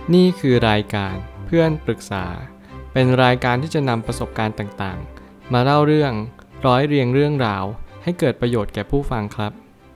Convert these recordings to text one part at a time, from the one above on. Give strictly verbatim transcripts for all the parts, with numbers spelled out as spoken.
นี่คือรายการเพื่อนปรึกษาเป็นรายการที่จะนำประสบการณ์ต่างๆมาเล่าเรื่องร้อยเรียงเรื่องราวให้เกิดประโยชน์แก่ผู้ฟังครับ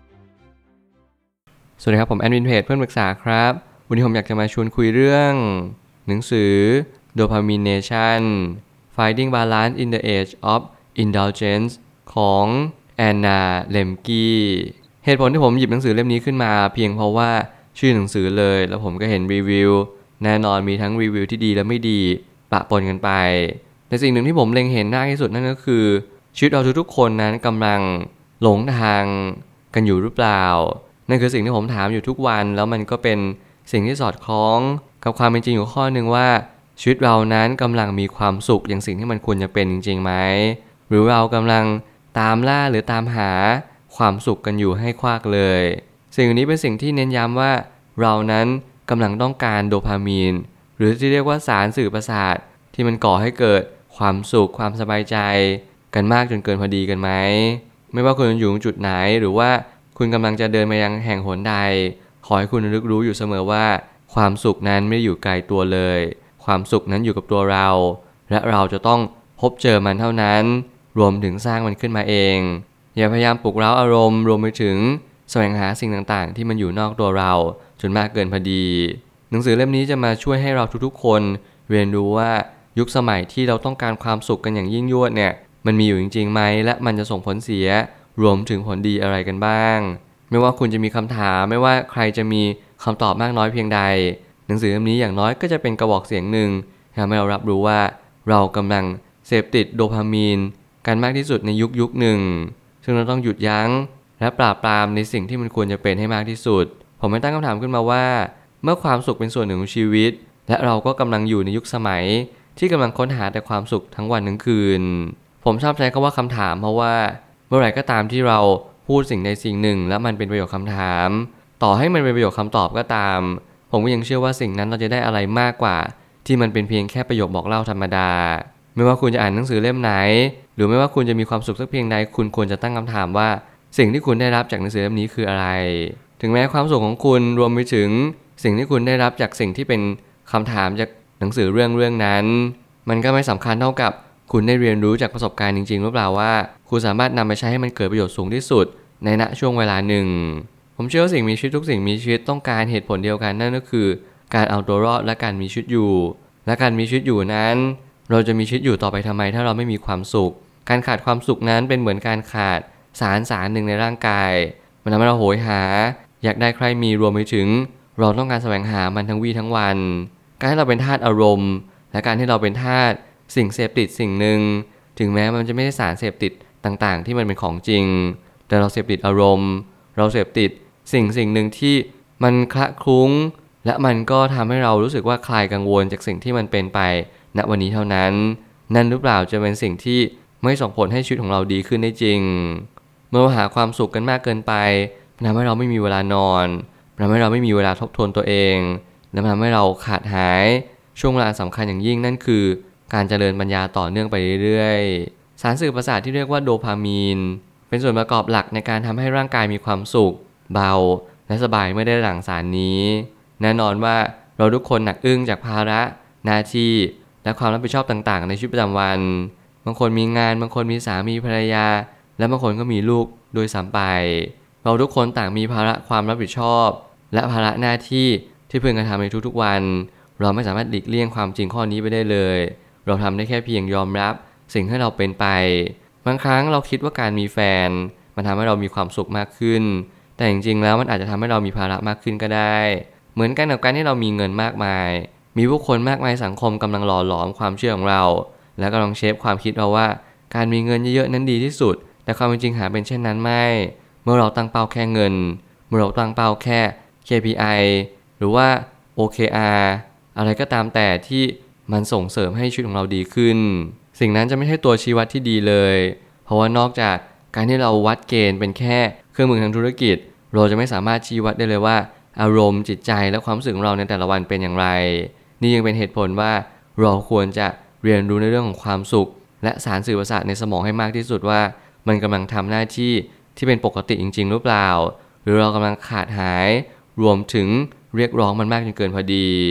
สวัสดีครับผมแอดมินเพจเพื่อนปรึกษาครับวันนี้ผมอยากจะมาชวนคุยเรื่องหนังสือ Dopamination Finding Balance in the Age of Indulgence ของแอนนาเลมกี้เหตุผลที่ผมหยิบหนังสือเล่มนี้ขึ้นมาเพียงเพราะว่าชื่อหนังสือเลยแล้วผมก็เห็นรีวิวแน่นอนมีทั้งรีวิวที่ดีและไม่ดีปะปนกันไปแต่สิ่งหนึ่งที่ผมเล็งเห็นได้ที่สุดนั่นก็คือชีวิตเราทุกๆคนนั้นกำลังหลงทางกันอยู่หรือเปล่านั่นคือสิ่งที่ผมถามอยู่ทุกวันแล้วมันก็เป็นสิ่งที่สอดคล้องกับความเป็นจริงอยู่ข้อนึงว่าชีวิตเรานั้นกำลังมีความสุขอย่างสิ่งที่มันควรจะเป็นจริงๆไหมหรือเรากำลังตามล่าหรือตามหาความสุขกันอยู่ให้ควักเลยสิ่งนี้เป็นสิ่งที่เน้นย้ำว่าเรานั้นกำลังต้องการโดพามีนหรือที่เรียกว่าสารสื่อประสาทที่มันก่อให้เกิดความสุขความสบายใจกันมากจนเกินพอดีกันไหมไม่ว่าคุณอยู่จุดไหนหรือว่าคุณกำลังจะเดินมายังแห่งหนใดขอให้คุณระลึกรู้อยู่เสมอว่าความสุขนั้นไม่ได้อยู่ไกลตัวเลยความสุขนั้นอยู่กับตัวเราและเราจะต้องพบเจอมันเท่านั้นรวมถึงสร้างมันขึ้นมาเองอย่าพยายามปลุกเร้าอารมณ์รวมไปถึงแสวงหาสิ่งต่างๆที่มันอยู่นอกตัวเราจนมากเกินพอดีหนังสือเล่มนี้จะมาช่วยให้เราทุกๆคนเรียนรู้ว่ายุคสมัยที่เราต้องการความสุขกันอย่างยิ่งยวดเนี่ยมันมีอยู่จริงๆไหมและมันจะส่งผลเสียรวมถึงผลดีอะไรกันบ้างไม่ว่าคุณจะมีคำถามไม่ว่าใครจะมีคำตอบมากน้อยเพียงใดหนังสือเล่มนี้อย่างน้อยก็จะเป็นกระบอกเสียงหนึ่งทำให้เรารับรู้ว่าเรากำลังเสพติดโดพามีนกันมากที่สุดในยุคยุคหนึ่งซึ่งเราต้องหยุดยั้งและปราบปรามในสิ่งที่มันควรจะเป็นให้มากที่สุดผมไม่ตั้งคำถามขึ้นมาว่าเมื่อความสุขเป็นส่วนหนึ่งของชีวิตและเราก็กำลังอยู่ในยุคสมัยที่กำลังค้นหาแต่ความสุขทั้งวันทั้งคืนผมชอบใช้คำว่าคำถามเพราะว่าเมื่อไหร่ก็ตามที่เราพูดสิ่งใดสิ่งหนึ่งแล้วมันเป็นประโยคคำถามต่อให้มันเป็นประโยคคำตอบก็ตามผมก็ยังเชื่อว่าสิ่งนั้นเราจะได้อะไรมากกว่าที่มันเป็นเพียงแค่ประโยคบอกเล่าธรรมดาไม่ว่าคุณจะอ่านหนังสือเล่มไหนหรือไม่ว่าคุณจะมีความสุขสักเพียงใดคุณควรจะตั้งคำถามว่าสิ่งที่คุณได้รับจากหนังสือเล่มนี้คืออะไรถึงแม้ความสุขของคุณรวมไปถึงสิ่งที่คุณได้รับจากสิ่งที่เป็นคำถามจากหนังสือเรื่องเรื่องนั้นมันก็ไม่สำคัญเท่ากับคุณได้เรียนรู้จากประสบการณ์จริงๆหรือเปล่าว่าคุณสามารถนำไปใช้ให้มันเกิดประโยชน์สูงที่สุดในณช่วงเวลาหนึ่งผมเชื่อว่าสิ่งมีชีวิตทุกสิ่งมีชีวิตต้องการเหตุผลเดียวกันนั่นก็คือการเอาตัวรอดและการมีชีวิตอยู่และการมีชีวิตอยู่นั้นเราจะมีชีวิตอยู่ต่อไปทำไมถ้าเราไม่มีความสุขการขาดความสุขนั้นเป็นเหมือนการขาดสารสารหนึ่งในร่างกายมันทำให้เราโหยหาอยากได้ใครมีรวมไปถึงเราต้องการแสวงหามันทั้งวี่ทั้งวันการที่เราเป็นทาสอารมณ์และการที่เราเป็นทาสสิ่งเสพติดสิ่งหนึ่งถึงแม้มันจะไม่ใช่สารเสพติดต่างๆที่มันเป็นของจริงแต่เราเสพติดอารมณ์เราเสพติดสิ่งสิ่งหนึ่งที่มันคละคลุ้งและมันก็ทำให้เรารู้สึกว่าคลายกังวลจากสิ่งที่มันเป็นไปณวันนี้เท่านั้นนั่นหรือเปล่าจะเป็นสิ่งที่ไม่ส่งผลให้ชีวิตของเราดีขึ้นได้จริงเมื่อเราหาความสุขกันมากเกินไปมันทำให้เราไม่มีเวลานอนมันทำให้เราไม่มีเวลาทบทวนตัวเองและมันทำให้เราขาดหายช่วงเวลาสำคัญอย่างยิ่งนั่นคือการเจริญปัญญาต่อเนื่องไปเรื่อยๆสารสื่อประสาทที่เรียกว่าโดพามีนเป็นส่วนประกอบหลักในการทำให้ร่างกายมีความสุขเบาและสบายเมื่อได้หลั่งสารนี้แน่นอนว่าเราทุกคนหนักอึ้งจากภาระหน้าที่และความรับผิดชอบต่างๆในชีวิตประจำวันบางคนมีงานบางคนมีสามีภรรยาและบางคนก็มีลูกโดยซ้ำไปเราทุกคนต่างมีภาระความรับผิดชอบและภาระหน้าที่ที่พึงกระทำในทุกๆวันเราไม่สามารถหลีกเลี่ยงความจริงข้อนี้ไปได้เลยเราทำได้แค่เพียงยอมรับสิ่งที่เราเป็นไปบางครั้งเราคิดว่าการมีแฟนมันทำให้เรามีความสุขมากขึ้นแต่จริงๆแล้วมันอาจจะทำให้เรามีภาระมากขึ้นก็ได้เหมือนกันกับการที่เรามีเงินมากมายมีผู้คนมากมายสังคมกำลังหล่อหลอมความเชื่อของเราและกำลังเชฟความคิดเราว่าการมีเงินเยอะๆนั้นดีที่สุดแต่ความเป็นจริงหาเป็นเช่นนั้นไม่เมื่อเราตั้งเป้าแค่เงินเมื่อเราตั้งเป้าแค่ เค พี ไอ หรือว่า โอ เค อาร์ อะไรก็ตามแต่ที่มันส่งเสริมให้ชีวิตของเราดีขึ้นสิ่งนั้นจะไม่ใช่ตัวชี้วัดที่ดีเลยเพราะว่านอกจากการที่เราวัดเกณฑ์เป็นแค่เครื่องมือทางธุรกิจเราจะไม่สามารถชี้วัดได้เลยว่าอารมณ์จิตใจและความรู้สึกของเราในแต่ละวันเป็นอย่างไรนี่ยังเป็นเหตุผลว่าเราควรจะเรียนรู้ในเรื่องของความสุขและสารสื่อประสาทในสมองให้มากที่สุดว่ามันกำลังทำหน้าที่ที่เป็นปกติจริงๆหรือเปล่าหรือเรากำลังขาดหายรวมถึงเรียกร้องมันมากจนเกินพอดี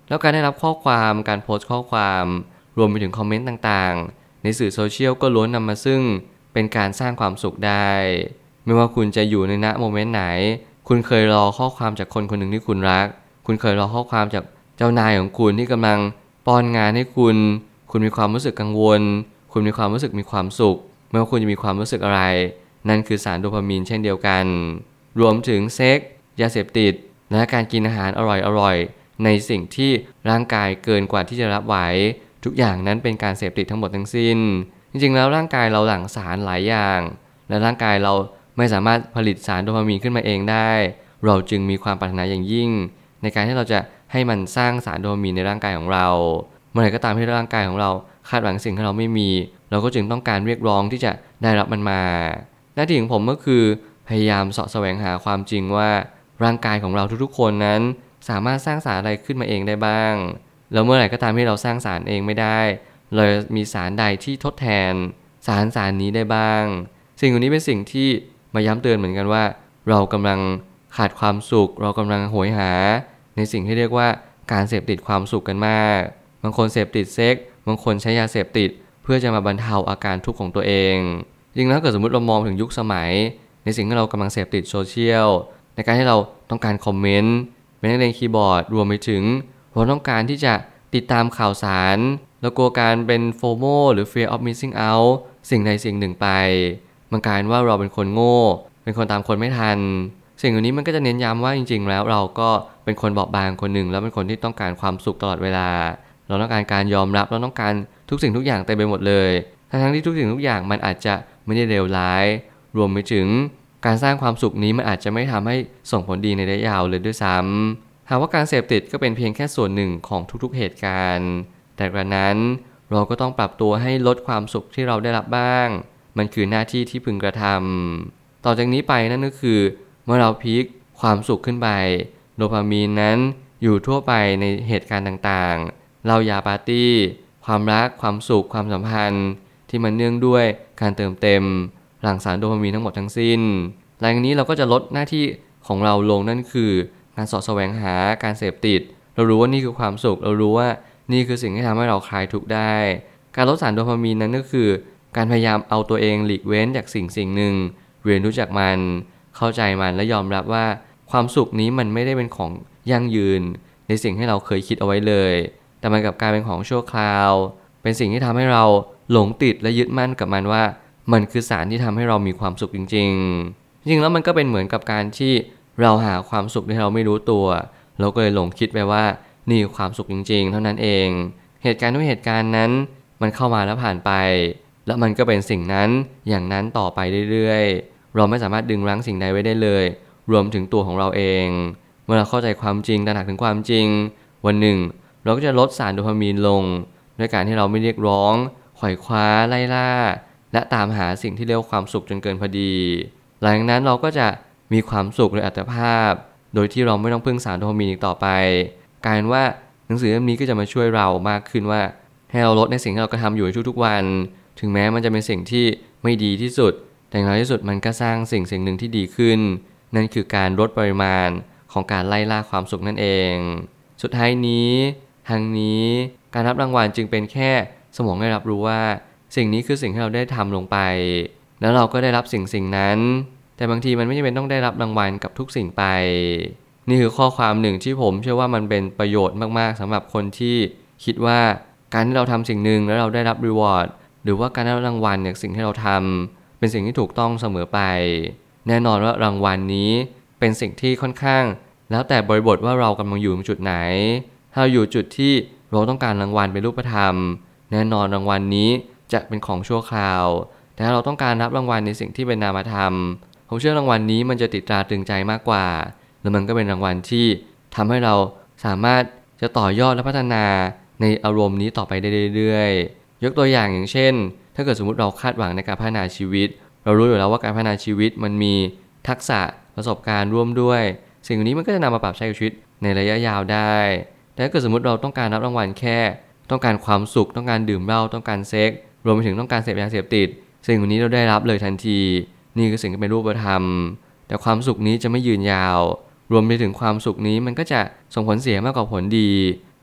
แล้วการได้รับข้อความการโพสต์ข้อความรวมไปถึงคอมเมนต์ต่างๆในสื่อโซเชียลก็ล้วนนำมาซึ่งเป็นการสร้างความสุขได้ไม่ว่าคุณจะอยู่ในณโมเมนต์ไหนคุณเคยรอข้อความจากคนคนหนึ่งที่คุณรักคุณเคยรอข้อความจากเจ้านายของคุณที่กำลังป้อนงานให้คุณคุณมีความรู้สึกกังวลคุณมีความรู้สึกมีความสุขไม่ว่าคุณจะมีความรู้สึกอะไรนั่นคือสารโดพามีนเช่นเดียวกันรวมถึงเซ็กส์ยาเสพติดและการกินอาหารอร่อยๆในสิ่งที่ร่างกายเกินกว่าที่จะรับไหวทุกอย่างนั้นเป็นการเสพติดทั้งหมดทั้งสิ้นจริงๆแล้วร่างกายเราหลั่งสารหลายอย่างและร่างกายเราไม่สามารถผลิตสารโดพามีนขึ้นมาเองได้เราจึงมีความปรารถนาอย่างยิ่งในการที่เราจะให้มันสร้างสารโดพามีนในร่างกายของเราเมื่อไหร่ก็ตามที่ร่างกายของเราคาดหวังสิ่งที่เราไม่มีเราก็จึงต้องการเรียกร้องที่จะได้รับมันมาหน้าที่ของผมก็คือพยายามเสาะแสวงหาความจริงว่าร่างกายของเราทุกๆคนนั้นสามารถสร้างสารอะไรขึ้นมาเองได้บ้างแล้วเมื่อไหร่ก็ตามที่เราสร้างสารเองไม่ได้เรามีสารใดที่ทดแทนสารสารนี้ได้บ้างสิ่งเหล่านี้เป็นสิ่งที่มาย้ำเตือนเหมือนกันว่าเรากำลังขาดความสุขเรากำลังโหยหาในสิ่งที่เรียกว่าการเสพติดความสุขกันมากบางคนเสพติดเซ็กบางคนใช้ยาเสพติดเพื่อจะมาบรรเทาอาการทุกข์ของตัวเองจริงแล้วเกิดสมมติเรามองถึงยุคสมัยในสิ่งที่เรากำลังเสพติดโซเชียลในการที่เราต้องการคอมเมนต์เป็นนักเรียนคีย์บอร์ดรวมไปถึงเราต้องการที่จะติดตามข่าวสารแล้วกลัวการเป็นโฟโมหรือ fear of missing out สิ่งใดสิ่งหนึ่งไปมันกลายว่าเราเป็นคนโง่เป็นคนตามคนไม่ทันสิ่งเหล่านี้มันก็จะเน้นย้ำว่าจริงๆแล้วเราก็เป็นคนเบาบางคนหนึ่งแล้วเป็นคนที่ต้องการความสุขตลอดเวลาเราต้องการการยอมรับเราต้องการทุกสิ่งทุกอย่างเต็มไปหมดเลยทั้งๆที่ทุกสิ่งทุกอย่างมันอาจจะไม่ได้เลวร้ายรวมไปถึงการสร้างความสุขนี้มันอาจจะไม่ทำให้ส่งผลดีในระยะยาวเลยด้วยซ้ำหากว่าการเสพติดก็เป็นเพียงแค่ส่วนหนึ่งของทุกๆเหตุการณ์แต่กระนั้นเราก็ต้องปรับตัวให้ลดความสุขที่เราได้รับบ้างมันคือหน้าที่ที่พึงกระทำต่อจากนี้ไปนั่นก็คือเมื่อเราพีคความสุขขึ้นไปโดพามีนนั้นอยู่ทั่วไปในเหตุการณ์ต่างๆเหล้ายาปาร์ตี้ความรักความสุขความสัมพันธ์ที่มันเนื่องด้วยการเติมเต็มหลั่งสารโดพามีนทั้งหมดทั้งสิ้นหลังจากนี้เราก็จะลดหน้าที่ของเราลงนั่นคือการเสาะแสวงหาการเสพติดเรารู้ว่านี่คือความสุขเรารู้ว่านี่คือสิ่งที่ทำให้เราคลายทุกข์ได้การลดสารโดพามีนนั้นก็คือการพยายามเอาตัวเองหลีกเว้นจากสิ่งสิ่งหนึ่งเรียนรู้จักมันเข้าใจมันและยอมรับว่าความสุขนี้มันไม่ได้เป็นของยั่งยืนในสิ่งที่เราเคยคิดเอาไว้เลยแต่มันกลับกลายเป็นของชั่วคราวเป็นสิ่งที่ทำให้เราหลงติดและยึดมั่นกับมันว่ามันคือสารที่ทำให้เรามีความสุขจริงๆจริงๆแล้วมันก็เป็นเหมือนกับการที่เราหาความสุขที่เราไม่รู้ตัวเราก็เลยหลงคิดไปว่านี่คือความสุขจริงๆเท่านั้นเองเหตุการณ์ทุกเหตุการณ์นั้นมันเข้ามาแล้วผ่านไปแล้วมันก็เป็นสิ่งนั้นอย่างนั้นต่อไปเรื่อยๆเราไม่สามารถดึงรั้งสิ่งใดไว้ได้เลยรวมถึงตัวของเราเองเมื่อเราเข้าใจความจริงตระหนักถึงความจริงวันหนึ่งเราก็จะลดสารโดพามีนลงด้วยการที่เราไม่เรียกร้องไขว่คว้าไล่ล่าและตามหาสิ่งที่เรียกว่าความสุขจนเกินพอดีหลังจากนั้นเราก็จะมีความสุขโดยอัตภาพโดยที่เราไม่ต้องพึ่งสารโดพามีนอีกต่อไปกลายเป็นว่าหนังสือเล่มนี้ก็จะมาช่วยเรามากขึ้นว่าให้เราลดในสิ่งที่เรากระทำอยู่ในทุกๆวันถึงแม้มันจะเป็นสิ่งที่ไม่ดีที่สุดแต่อย่างน้อยที่สุดมันก็สร้างสิ่งสิ่งหนึ่งที่ดีขึ้นนั่นคือการลดปริมาณของการไล่ล่าความสุขนั่นเองสุดท้ายนี้ทางนี้การรับรางวัลจึงเป็นแค่สมองได้รับรู้ว่าสิ่งนี้คือสิ่งที่เราได้ทำลงไปแล้วเราก็ได้รับสิ่งสิ่งนั้นแต่บางทีมันไม่จำเป็นต้องได้รับรางวัลกับทุกสิ่งไปนี่คือข้อความหนึ่งที่ผมเชื่อว่ามันเป็นประโยชน์มากๆสำหรับคนที่คิดว่าการที่เราทำสิ่งหนึ่งแล้วเราได้รับรีวอร์ดหรือว่าการได้รับรางวัลจากสิ่งที่เราทำเป็นสิ่งที่ถูกต้องเสมอไปแน่นอนว่ารางวัลนี้เป็นสิ่งที่ค่อนข้างแล้วแต่บริบทว่าเรากำลังอยู่จุดไหนถ้าเราอยู่จุดที่เราต้องการรางวัลเป็นรูปธรรมแน่นอนรางวัลนี้จะเป็นของชั่วคราวแต่ถ้าเราต้องการรับรางวัลในสิ่งที่เป็นนามธรรมผมเชื่อรางวัลนี้มันจะติดตราตรึงใจมากกว่าแล้วมันก็เป็นรางวัลที่ทำให้เราสามารถจะต่อยอดและพัฒนาในอารมณ์นี้ต่อไปได้เรื่อยๆยกตัวอย่างอย่างเช่นถ้าเกิดสมมุติเราคาดหวังในการพัฒนาชีวิตเรารู้อยู่แล้วว่าการพัฒนาชีวิตมันมีทักษะประสบการณ์ร่วมด้วยสิ่งนี้มันก็จะนำมาปรับใช้กับชีวิตในระยะยาวได้แต่ถ้าเกิดสมมุติเราต้องการรับรางวัลแค่ต้องการความสุขต้องการดื่มเหล้าต้องการเซ็กรวมไปถึงต้องการเสพยาเสพติดสิ่งนี้เราได้รับเลยทันทีนี่คือสิ่งที่เป็นรูปธรรมแต่ความสุขนี้จะไม่ยืนยาวรวมไปถึงความสุขนี้มันก็จะส่งผลเสียมากกว่าผลดี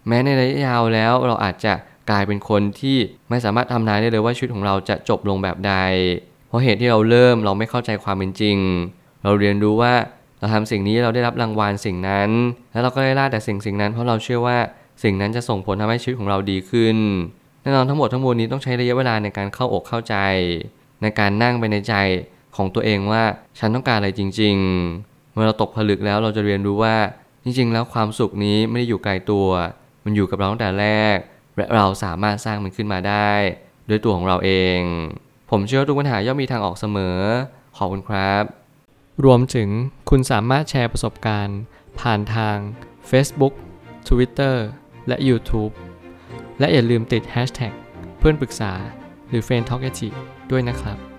แม้ในระยะยาวแล้วเราอาจจะกลายเป็นคนที่ไม่สามารถทำนายได้เลยว่าชีวิตของเราจะจบลงแบบใดเพราะเหตุที่เราเริ่มเราไม่เข้าใจความเป็นจริงเราเรียนรู้ว่าเราทำสิ่งนี้เราได้รับรางวัลสิ่งนั้นแล้วเราก็ได้ล่าแต่สิ่งสิ่งนั้นเพราะเราเชื่อว่าสิ่งนั้นจะส่งผลทำให้ชีวิตของเราดีขึ้นแน่นอนทั้งหมดทั้งมวลนี้ต้องใช้ระยะเวลาในการเข้าอกเข้าใจในการนั่งไปในใจของตัวเองว่าฉันต้องการอะไรจริงๆเมื่อเราตกผลึกแล้วเราจะเรียนรู้ว่าจริงๆแล้วความสุขนี้ไม่ได้อยู่ไกลตัวมันอยู่กับเราตั้งแต่แรกและเราสามารถสร้างมันขึ้นมาได้ด้วยตัวของเราเองผมเชื่อว่าทุกปัญหาย่อมมีทางออกเสมอขอบคุณครับรวมถึงคุณสามารถแชร์ประสบการณ์ผ่านทาง Facebook Twitter และ YouTube และอย่าลืมติด แฮชแท็ก เพื่อนปรึกษาหรือ เฟรนด์ ทอล์ก ด้วยนะครับ